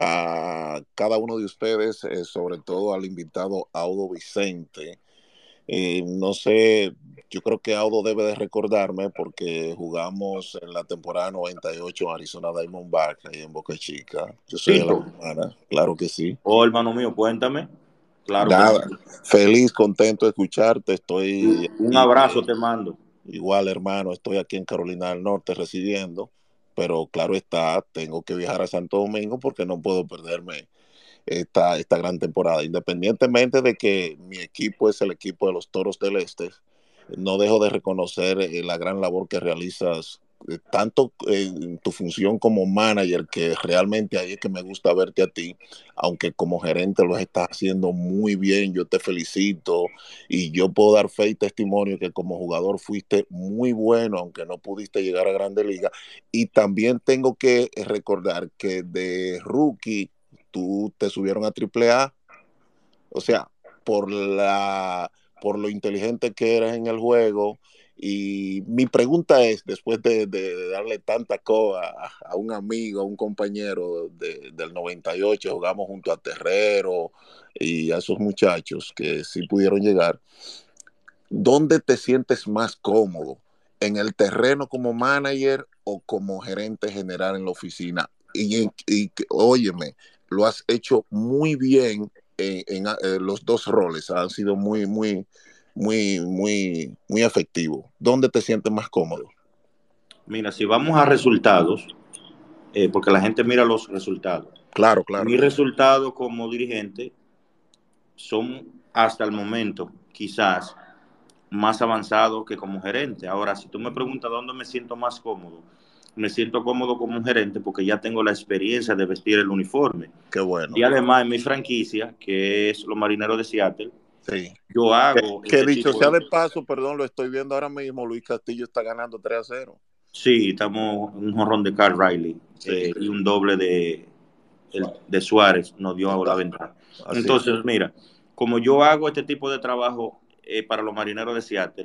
a cada uno de ustedes, eh, sobre todo al invitado Audo Vicente. Eh, no sé, yo creo que Audo debe de recordarme porque jugamos en la temporada noventa y ocho en Arizona Diamondbacks, ahí en Boca Chica. Yo soy de la Romana, claro que sí. Oh, hermano mío, cuéntame. Claro Nada, que sí. Feliz, contento de escucharte. Estoy Un, un abrazo eh, te mando. Igual, hermano, estoy aquí en Carolina del Norte residiendo, pero claro está, tengo que viajar a Santo Domingo porque no puedo perderme esta, esta gran temporada. Independientemente de que mi equipo es el equipo de los Toros del Este, no dejo de reconocer eh, la gran labor que realizas, eh, tanto en tu función como manager, que realmente ahí es que me gusta verte a ti, aunque como gerente lo estás haciendo muy bien, yo te felicito y yo puedo dar fe y testimonio que como jugador fuiste muy bueno, aunque no pudiste llegar a Grande Liga. Y también tengo que recordar que de rookie tú te subieron a Triple A, o sea, por la por lo inteligente que eres en el juego. Y mi pregunta es, después de, de darle tanta coa a, a un amigo, a un compañero de, del noventa y ocho, jugamos junto a Terrero y a esos muchachos que sí pudieron llegar, ¿dónde te sientes más cómodo? ¿En el terreno como manager o como gerente general en la oficina? Y, y, y óyeme, lo has hecho muy bien en, en, en los dos roles, han sido muy, muy, muy, muy, muy efectivos. ¿Dónde te sientes más cómodo? Mira, si vamos a resultados, eh, porque la gente mira los resultados. Claro, claro. Mis resultados como dirigente son hasta el momento quizás más avanzados que como gerente. Ahora, si tú me preguntas dónde me siento más cómodo, me siento cómodo como un gerente porque ya tengo la experiencia de vestir el uniforme. Qué bueno. Y además en mi franquicia, que es los Marineros de Seattle, sí. yo hago... Que, que dicho sea de... de paso, perdón, lo estoy viendo ahora mismo, Luis Castillo está ganando tres a cero. Sí, estamos en un jonrón de Carl Riley sí. eh, y un doble de, el, de Suárez nos dio Está. la ventaja. Así Entonces, es. mira, como yo hago este tipo de trabajo eh, para los Marineros de Seattle,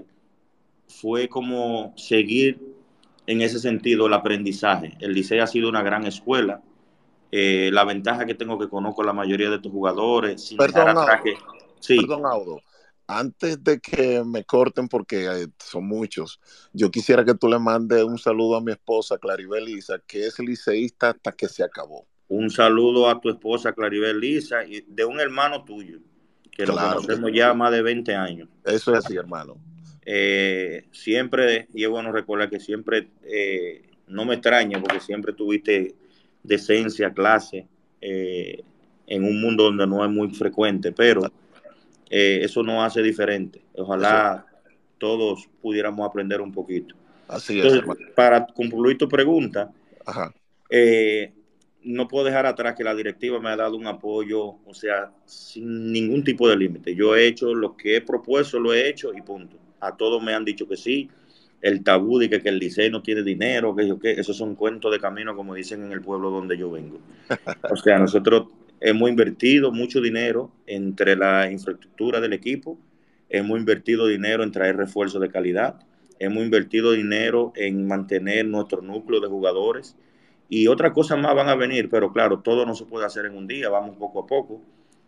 fue como seguir en ese sentido el aprendizaje. El Licey ha sido una gran escuela. Eh, la ventaja que tengo que conozco a la mayoría de tus jugadores, sin Perdón, dejar atrás que... Sí. Perdón, Audo. Antes de que me corten, porque eh, son muchos, yo quisiera que tú le mandes un saludo a mi esposa, Claribel Isa, que es liceísta hasta que se acabó. Un saludo a tu esposa, Claribel Isa, y de un hermano tuyo, que claro, nos conocemos que... ya más de veinte años. Eso es así, hermano. Eh, siempre, y es bueno recordar que siempre, eh, no me extraña, porque siempre tuviste decencia, clase, eh, en un mundo donde no es muy frecuente, pero eh, eso nos hace diferente. Ojalá eso. todos pudiéramos aprender un poquito. Así Entonces, es, hermano. Para concluir tu pregunta, Ajá. Eh, no puedo dejar atrás que la directiva me ha dado un apoyo, o sea, sin ningún tipo de límite. Yo he hecho lo que he propuesto, lo he hecho y punto. A todos me han dicho que sí. El tabú de que, que el Licey no tiene dinero, que yo qué, esos son cuentos de camino, como dicen en el pueblo donde yo vengo. O sea, nosotros hemos invertido mucho dinero entre la infraestructura del equipo, hemos invertido dinero en traer refuerzos de calidad, hemos invertido dinero en mantener nuestro núcleo de jugadores. Y otras cosas más van a venir, pero claro, todo no se puede hacer en un día, vamos poco a poco.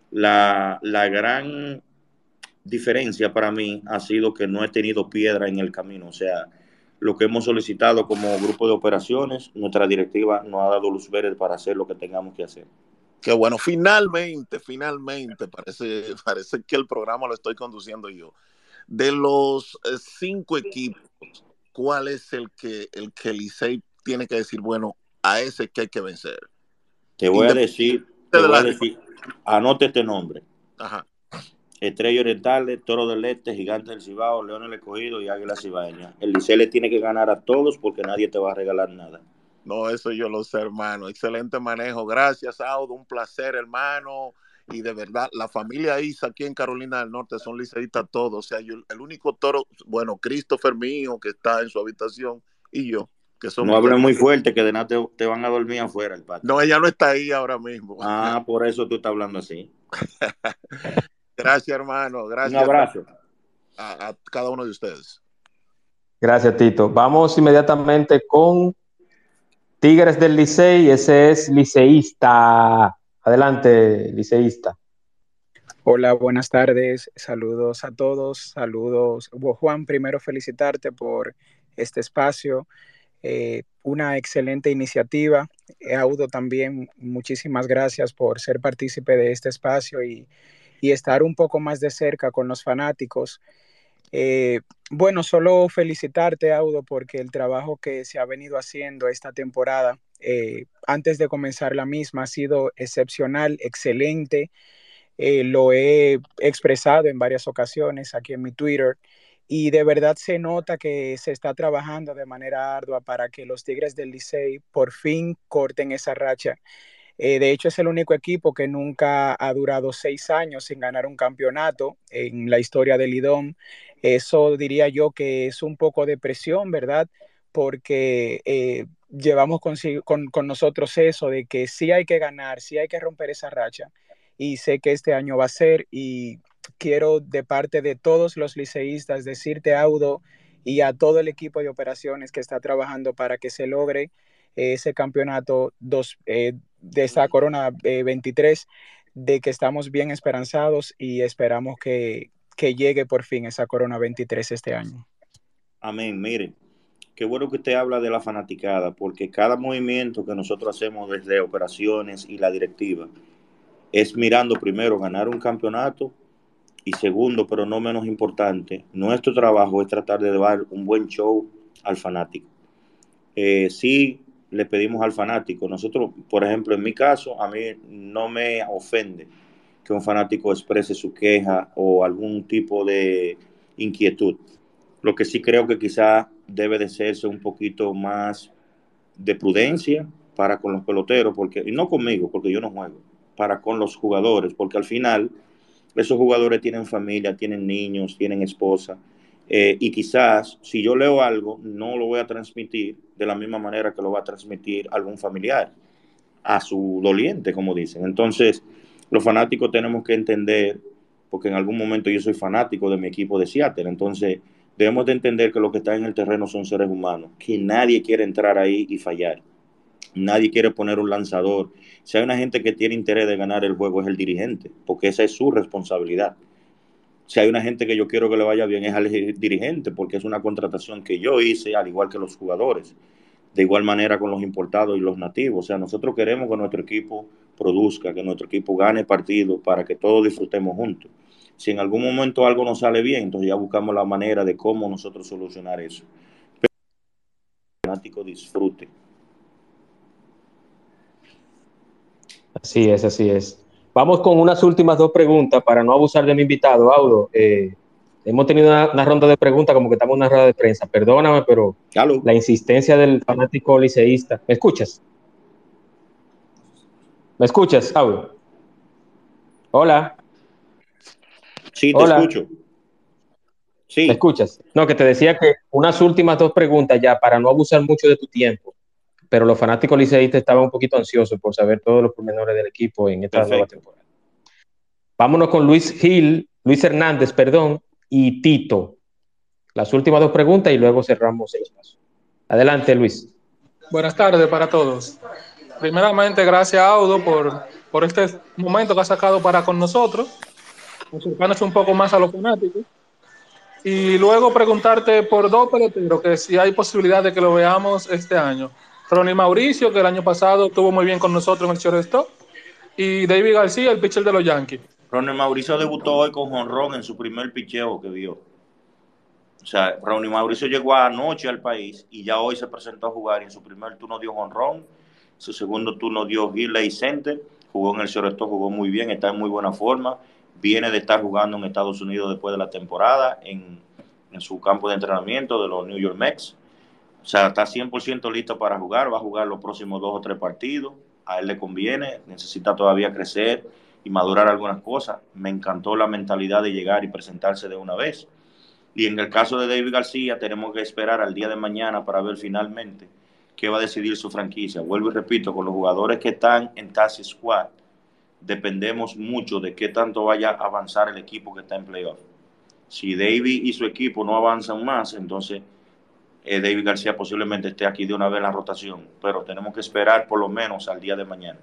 La, la gran diferencia para mí ha sido que no he tenido piedra en el camino, o sea, lo que hemos solicitado como grupo de operaciones, nuestra directiva nos ha dado luz verde para hacer lo que tengamos que hacer. Qué bueno, finalmente, finalmente, parece, parece que el programa lo estoy conduciendo yo. De los eh, cinco equipos, ¿cuál es el que el que Licey tiene que decir, bueno, a ese que hay que vencer? Te voy a decir, te de voy la... a decir, anote este nombre. Ajá. Estrella Orientales, Toro del Este, Gigante del Cibao, León el Escogido y Águila Cibaeña. El Licey le tiene que ganar a todos porque nadie te va a regalar nada. No, eso yo lo sé, hermano. Excelente manejo. Gracias, Audo. Un placer, hermano. Y de verdad, la familia Isa aquí en Carolina del Norte son liceístas todos. O sea, yo, el único toro, bueno, Christopher, mi hijo, que está en su habitación, y yo, que somos... No hables muy fuerte, que de nada te, te van a dormir afuera el patio. No, ella no está ahí ahora mismo. Ah, por eso tú estás hablando así. Gracias, hermano. Gracias. Un abrazo. A, a cada uno de ustedes. Gracias, Tito. Vamos inmediatamente con Tigres del Licey. Ese es liceísta. Adelante, liceísta. Hola, buenas tardes. Saludos a todos. Saludos. Juan, primero felicitarte por este espacio. Eh, una excelente iniciativa. Audo también, muchísimas gracias por ser partícipe de este espacio y, y estar un poco más de cerca con los fanáticos. Eh, bueno, solo felicitarte, Audo, porque el trabajo que se ha venido haciendo esta temporada, eh, antes de comenzar la misma, ha sido excepcional, excelente. Eh, lo he expresado en varias ocasiones aquí en mi Twitter y de verdad se nota que se está trabajando de manera ardua para que los Tigres del Licey por fin corten esa racha. Eh, de hecho, es el único equipo que nunca ha durado seis años sin ganar un campeonato en la historia del Lidom. Eso diría yo que es un poco de presión, ¿verdad? Porque eh, llevamos con, con, con nosotros eso de que sí hay que ganar, sí hay que romper esa racha. Y sé que este año va a ser y quiero de parte de todos los liceístas decirte, Audo, y a todo el equipo de operaciones que está trabajando para que se logre ese campeonato dos, eh, de esta Corona eh, veintitrés, de que estamos bien esperanzados y esperamos que, que llegue por fin esa Corona veintitrés este año. Amén. Mire, qué bueno que usted habla de la fanaticada, porque cada movimiento que nosotros hacemos desde operaciones y la directiva es mirando primero ganar un campeonato y segundo, pero no menos importante, nuestro trabajo es tratar de dar un buen show al fanático. Eh, sí, le pedimos al fanático. Nosotros, por ejemplo, en mi caso, a mí no me ofende que un fanático exprese su queja o algún tipo de inquietud. Lo que sí creo que quizá debe de hacerse un poquito más de prudencia para con los peloteros, porque, y no conmigo, porque yo no juego, para con los jugadores, porque al final esos jugadores tienen familia, tienen niños, tienen esposa, eh, y quizás si yo leo algo, no lo voy a transmitir de la misma manera que lo va a transmitir algún familiar, a su doliente, como dicen. Entonces, los fanáticos tenemos que entender, porque en algún momento yo soy fanático de mi equipo de Seattle, entonces debemos de entender que lo que está en el terreno son seres humanos, que nadie quiere entrar ahí y fallar. Nadie quiere poner un lanzador. Si hay una gente que tiene interés de ganar el juego es el dirigente, porque esa es su responsabilidad. Si hay una gente que yo quiero que le vaya bien es al dirigente, porque es una contratación que yo hice, al igual que los jugadores. De igual manera con los importados y los nativos. O sea, nosotros queremos que nuestro equipo produzca, que nuestro equipo gane partidos para que todos disfrutemos juntos. Si en algún momento algo no sale bien, entonces ya buscamos la manera de cómo nosotros solucionar eso. Pero que el fanático disfrute. Así es, así es. Vamos con unas últimas dos preguntas para no abusar de mi invitado, Audo. Eh, hemos tenido una, una ronda de preguntas como que estamos en una rueda de prensa. Perdóname, pero Hello. La insistencia del fanático liceísta. ¿Me escuchas? ¿Me escuchas, Audo? Hola. Sí, te Hola. escucho. Sí. ¿Me escuchas? No, que te decía que unas últimas dos preguntas ya para no abusar mucho de tu tiempo. Pero los fanáticos liceístas estaban un poquito ansiosos por saber todos los pormenores del equipo en esta Perfecto. nueva temporada. Vámonos con Luis Gil, Luis Hernández, perdón, y Tito. Las últimas dos preguntas y luego cerramos el espacio. Adelante, Luis. Buenas tardes para todos. Primeramente, gracias, Audo, por, por este momento que has sacado para con nosotros, acercarnos un poco más a los fanáticos. Y luego preguntarte por dos peloteros, que si hay posibilidad de que lo veamos este año. Ronnie Mauricio, que el año pasado estuvo muy bien con nosotros en el shortstop, y David García, el pitcher de los Yankees. Ronnie Mauricio debutó hoy con jonrón en su primer picheo que vio. O sea, Ronnie Mauricio llegó anoche al país y ya hoy se presentó a jugar y en su primer turno dio jonrón, su segundo turno dio Giley Center, jugó en el shortstop, jugó muy bien, está en muy buena forma, viene de estar jugando en Estados Unidos después de la temporada en, en su campo de entrenamiento de los New York Mets. O sea, está cien por ciento listo para jugar, va a jugar los próximos dos o tres partidos, a él le conviene, necesita todavía crecer y madurar algunas cosas. Me encantó la mentalidad de llegar y presentarse de una vez. Y en el caso de David García, tenemos que esperar al día de mañana para ver finalmente qué va a decidir su franquicia. Vuelvo y repito, con los jugadores que están en Taxi Squad, dependemos mucho de qué tanto vaya a avanzar el equipo que está en playoff. Si David y su equipo no avanzan más, entonces eh, David García posiblemente esté aquí de una vez en la rotación, pero tenemos que esperar por lo menos al día de mañana.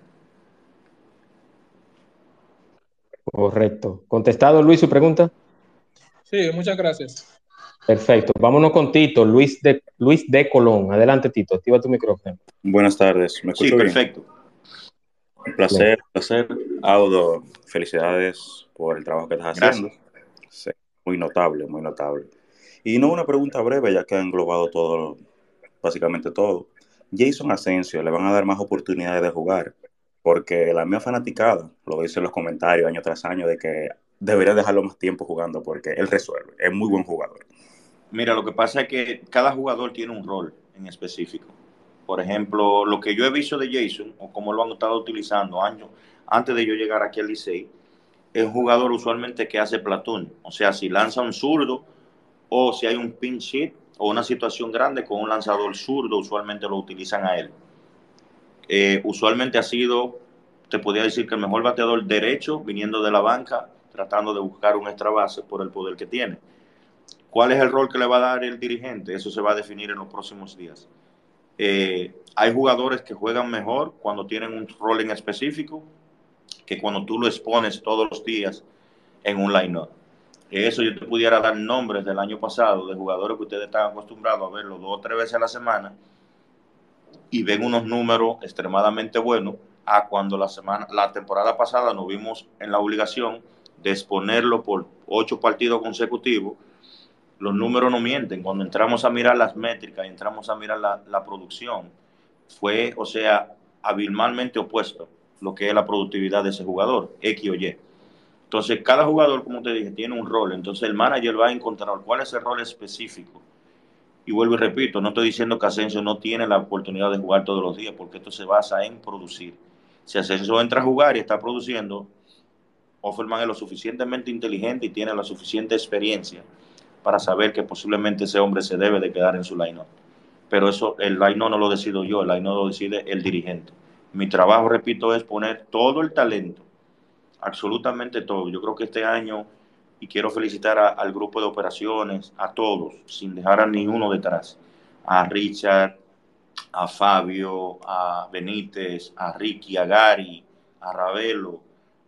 Correcto. ¿Contestado, Luis, su pregunta? Sí, muchas gracias. Perfecto. Vámonos con Tito, Luis de, Luis de Colón. Adelante, Tito. Activa tu micrófono. Buenas tardes. ¿Me escucho Sí, bien? perfecto. Un placer, un placer. Audo, felicidades por el trabajo que estás haciendo. Sí, muy notable, muy notable. Y no una pregunta breve, ya que ha englobado todo, básicamente todo. Jason Asensio, ¿le van a dar más oportunidades de jugar? Porque la mía fanaticada, lo dice en los comentarios año tras año, de que debería dejarlo más tiempo jugando porque él resuelve, es muy buen jugador. Mira, lo que pasa es que cada jugador tiene un rol en específico. Por ejemplo, lo que yo he visto de Jason, o cómo lo han estado utilizando años antes de yo llegar aquí al Licey, es un jugador usualmente que hace platoon. O sea, si lanza un zurdo o si hay un pinch hit o una situación grande con un lanzador zurdo, usualmente lo utilizan a él. Eh, usualmente ha sido, te podría decir que el mejor bateador derecho viniendo de la banca, tratando de buscar un extra base por el poder que tiene. ¿Cuál es el rol que le va a dar el dirigente? Eso se va a definir en los próximos días. Eh, hay jugadores que juegan mejor cuando tienen un rol en específico que cuando tú lo expones todos los días en un line-up. Eso yo te pudiera dar nombres del año pasado de jugadores que ustedes están acostumbrados a verlo dos o tres veces a la semana y ven unos números extremadamente buenos a cuando la semana, la temporada pasada nos vimos en la obligación de exponerlo por ocho partidos consecutivos. Los números no mienten. Cuando entramos a mirar las métricas y entramos a mirar la, la producción, fue, o sea, abismalmente opuesto lo que es la productividad de ese jugador, X o Y. Entonces, cada jugador, como te dije, tiene un rol. Entonces, el manager va a encontrar cuál es el rol específico. Y vuelvo y repito, no estoy diciendo que Asensio no tiene la oportunidad de jugar todos los días, porque esto se basa en producir. Si Asensio entra a jugar y está produciendo, Offerman es lo suficientemente inteligente y tiene la suficiente experiencia para saber que posiblemente ese hombre se debe de quedar en su line-up. Pero eso, el line-up no lo decido yo, el line-up lo decide el dirigente. Mi trabajo, repito, es poner todo el talento, absolutamente todo. Yo creo que este año, y quiero felicitar a, al grupo de operaciones, a todos, sin dejar a ninguno detrás, a Richard, a Fabio, a Benítez, a Ricky, a Gary, a Ravelo,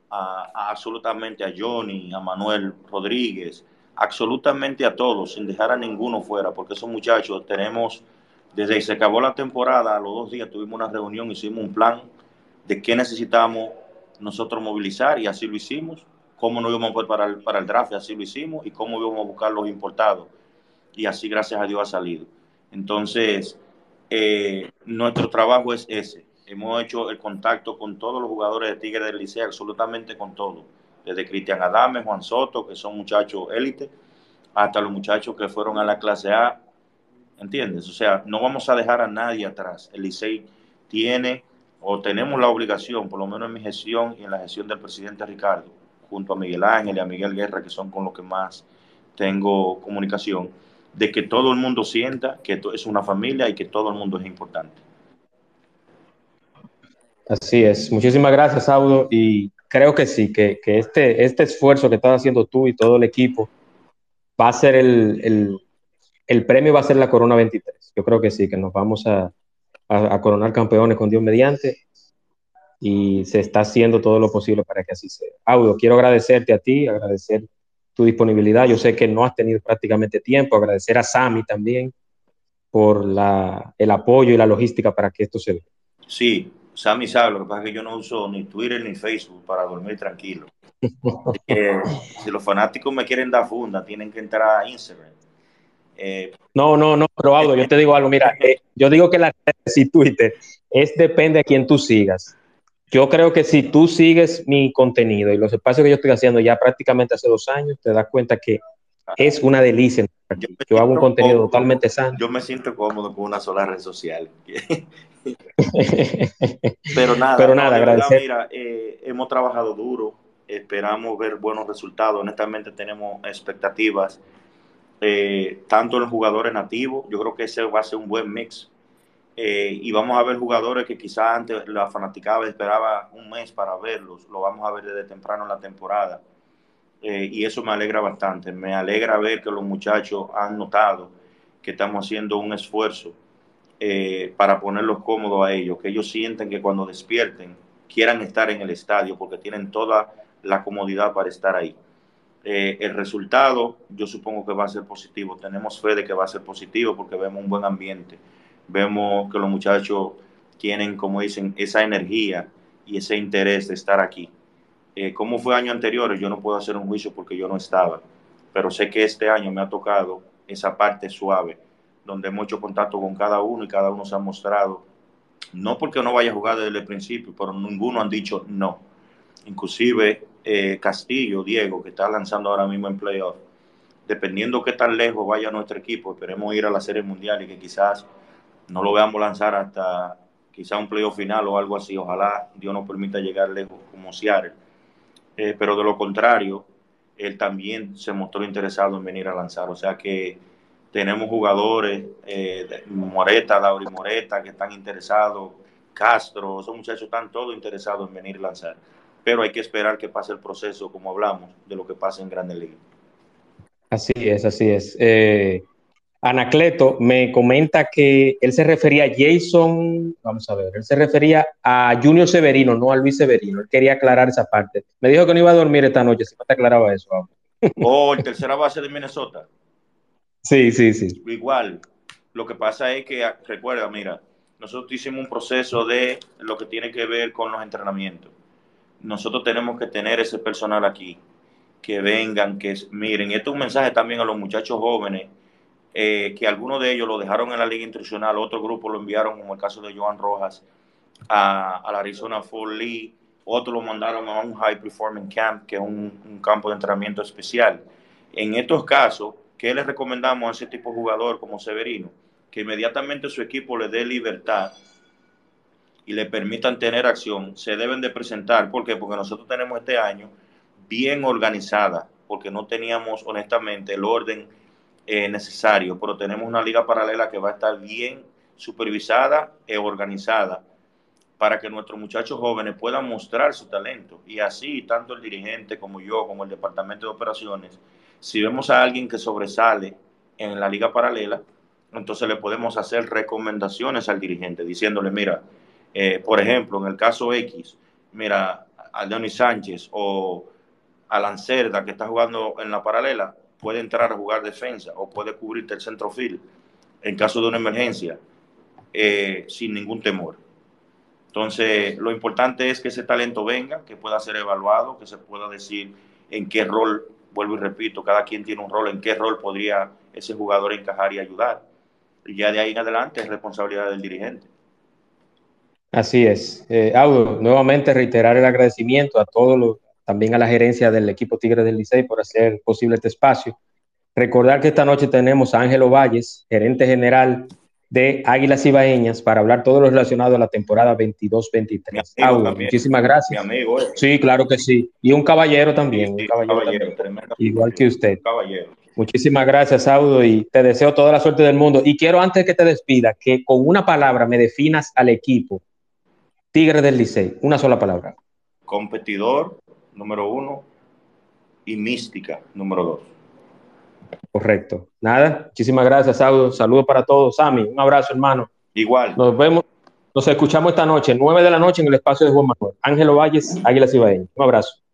a, a absolutamente a Johnny, a Manuel Rodríguez, absolutamente a todos, sin dejar a ninguno fuera, porque esos muchachos tenemos, desde que se acabó la temporada, a los dos días tuvimos una reunión, hicimos un plan de qué necesitamos nosotros movilizar y así lo hicimos, cómo nos íbamos a preparar para el draft, y así lo hicimos, y cómo íbamos a buscar los importados, y así gracias a Dios ha salido. Entonces, eh, nuestro trabajo es ese. Hemos hecho el contacto con todos los jugadores de Tigres del Licey, absolutamente con todos, desde Cristian Adame, Juan Soto, que son muchachos élite, hasta los muchachos que fueron a la clase A, ¿entiendes? O sea, no vamos a dejar a nadie atrás. El Licey tiene o tenemos la obligación, por lo menos en mi gestión y en la gestión del presidente Ricardo, junto a Miguel Ángel y a Miguel Guerra, que son con los que más tengo comunicación, de que todo el mundo sienta que esto es una familia y que todo el mundo es importante. Así es. Muchísimas gracias, Audo. Y creo que sí, que, que este, este esfuerzo que estás haciendo tú y todo el equipo va a ser el, el, el premio, va a ser la Corona veintitrés. Yo creo que sí, que nos vamos a, a, a coronar campeones con Dios mediante. Y se está haciendo todo lo posible para que así sea. Audo, quiero agradecerte a ti, agradecer tu disponibilidad. Yo sé que no has tenido prácticamente tiempo. Agradecer a Sammy también por la, el apoyo y la logística para que esto se vea. Sí, Sammy sabe, lo que pasa es que yo no uso ni Twitter ni Facebook para dormir tranquilo. Así que si los fanáticos me quieren dar funda, tienen que entrar a Instagram. Eh, no, no, no, pero Audo, yo te digo algo, mira, eh, yo digo que la si Twitter es depende de quién tú sigas. Yo creo que si tú sigues mi contenido y los espacios que yo estoy haciendo ya prácticamente hace dos años, te das cuenta que es una delicia. Yo, yo hago un contenido cómodo, totalmente sano. Yo me siento cómodo con una sola red social. Pero nada, Pero nada, no, agradecer. Verdad, mira, eh, hemos trabajado duro, esperamos ver buenos resultados. Honestamente tenemos expectativas, eh, tanto en los jugadores nativos, yo creo que ese va a ser un buen mix. Eh, y vamos a ver jugadores que quizás antes la fanaticada esperaba un mes para verlos, lo vamos a ver desde temprano en la temporada. Eh, y eso me alegra bastante, me alegra ver que los muchachos han notado que estamos haciendo un esfuerzo eh, para ponerlos cómodos a ellos, que ellos sienten que cuando despierten quieran estar en el estadio porque tienen toda la comodidad para estar ahí. Eh, el resultado yo supongo que va a ser positivo, tenemos fe de que va a ser positivo porque vemos un buen ambiente, vemos que los muchachos tienen, como dicen, esa energía y ese interés de estar aquí. Eh, ¿Cómo fue años anteriores? Yo no puedo hacer un juicio porque yo no estaba, pero sé que este año me ha tocado esa parte suave, donde hemos hecho contacto con cada uno y cada uno se ha mostrado, no porque no vaya a jugar desde el principio, pero ninguno han dicho no. Inclusive eh, Castillo, Diego, que está lanzando ahora mismo en playoff, dependiendo qué tan lejos vaya nuestro equipo, esperemos ir a la Serie Mundial y que quizás no lo veamos lanzar hasta quizás un playoff final o algo así. Ojalá Dios nos permita llegar lejos como Seattle. Eh, pero de lo contrario, él también se mostró interesado en venir a lanzar. O sea que tenemos jugadores, eh, Moreta, Lauri Moreta, que están interesados, Castro, esos muchachos están todos interesados en venir a lanzar. Pero hay que esperar que pase el proceso, como hablamos, de lo que pasa en Grandes Ligas. Así es, así es. Eh, Anacleto me comenta que él se refería a Jason, vamos a ver, él se refería a Junior Severino, no a Luis Severino. Él quería aclarar esa parte. Me dijo que no iba a dormir esta noche, si no te aclaraba eso. Oh, el tercera base de Minnesota. Sí, sí, sí. Igual, lo que pasa es que, recuerda, mira, nosotros hicimos un proceso de lo que tiene que ver con los entrenamientos. Nosotros tenemos que tener ese personal aquí, que vengan, que miren, y esto es un mensaje también a los muchachos jóvenes, eh, que algunos de ellos lo dejaron en la liga instruccional, otro grupo lo enviaron, como el caso de Joan Rojas, a, a la Arizona Fall League, otros lo mandaron a un High Performing Camp, que es un, un campo de entrenamiento especial. En estos casos, ¿qué les recomendamos a ese tipo de jugador como Severino? Que inmediatamente su equipo le dé libertad y le permitan tener acción, se deben de presentar. ¿Por qué? Porque nosotros tenemos este año bien organizada, porque no teníamos honestamente el orden eh, necesario, pero tenemos una liga paralela que va a estar bien supervisada e organizada para que nuestros muchachos jóvenes puedan mostrar su talento. Y así, tanto el dirigente como yo, como el departamento de operaciones, si vemos a alguien que sobresale en la liga paralela, entonces le podemos hacer recomendaciones al dirigente, diciéndole, mira, eh, por ejemplo, en el caso X, mira, a Leonis Sánchez o a Lancerda, que está jugando en la paralela, puede entrar a jugar defensa o puede cubrirte el centro field en caso de una emergencia, eh, sin ningún temor. Entonces, lo importante es que ese talento venga, que pueda ser evaluado, que se pueda decir en qué rol, vuelvo y repito, cada quien tiene un rol, en qué rol podría ese jugador encajar y ayudar. Y ya de ahí en adelante es responsabilidad del dirigente. Así es. Eh, Audo, nuevamente reiterar el agradecimiento a todos los, también a la gerencia del equipo Tigres del Licey por hacer posible este espacio. Recordar que esta noche tenemos a Ángelo Valles, gerente general de Águilas Ibaeñas, para hablar todo lo relacionado a la temporada veintidós veintitrés. Audo, muchísimas gracias. Mi amigo, eh. Sí, claro que sí. Y un caballero también. Sí, sí, un caballero, caballero también. Igual que usted. Caballero. Muchísimas gracias, Audo, y te deseo toda la suerte del mundo. Y quiero, antes que te despida, que con una palabra me definas al equipo Tigres del Licey. Una sola palabra. Competidor, número uno, y mística, número dos. Correcto. Nada, muchísimas gracias, Audo. Saludos para todos. Sammy, un abrazo, hermano. Igual. Nos vemos, nos escuchamos esta noche, nueve de la noche, en el espacio de Juan Manuel. Ángelo Valles, Águilas Ibaeñas. Un abrazo.